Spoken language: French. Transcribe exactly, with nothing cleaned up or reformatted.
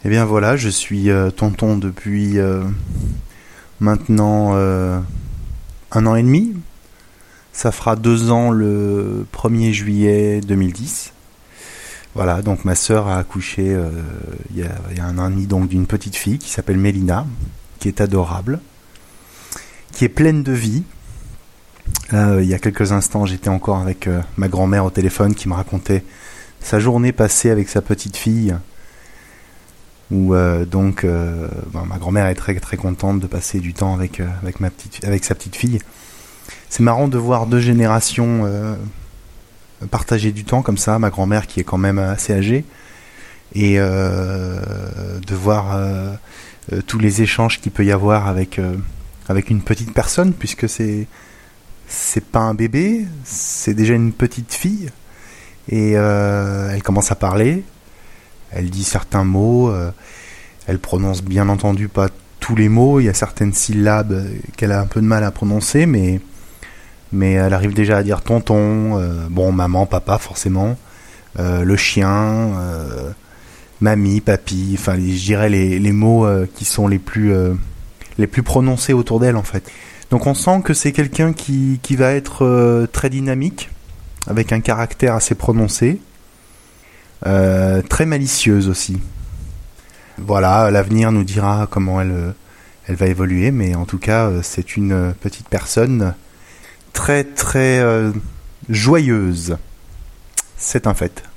Eh bien voilà, je suis euh, tonton depuis euh, maintenant euh, un an et demi. Ça fera deux ans le premier juillet deux mille dix. Voilà, donc ma sœur a accouché euh, il y a, il y a un an et demi donc d'une petite fille qui s'appelle Mélina, qui est adorable, qui est pleine de vie. Là, euh, il y a quelques instants, j'étais encore avec euh, ma grand-mère au téléphone qui me racontait sa journée passée avec sa petite fille. Où euh, donc euh, ben, ma grand-mère est très très contente de passer du temps avec euh, avec ma petite avec sa petite fille. C'est marrant de voir deux générations euh, partager du temps comme ça. Ma grand-mère qui est quand même assez âgée et euh, de voir euh, euh, tous les échanges qu'il peut y avoir avec euh, avec une petite personne, puisque c'est c'est pas un bébé, c'est déjà une petite fille et euh, elle commence à parler. Elle dit certains mots, euh, elle prononce bien entendu pas tous les mots, il y a certaines syllabes qu'elle a un peu de mal à prononcer, mais, mais elle arrive déjà à dire tonton, euh, bon, maman, papa forcément, euh, le chien, euh, mamie, papy, enfin je dirais les, les mots euh, qui sont les plus, euh, les plus prononcés autour d'elle en fait. Donc on sent que c'est quelqu'un qui, qui va être euh, très dynamique, avec un caractère assez prononcé. Euh, très malicieuse aussi. Voilà, l'avenir nous dira comment elle, elle va évoluer, mais en tout cas, c'est une petite personne très très euh, joyeuse. C'est un fait.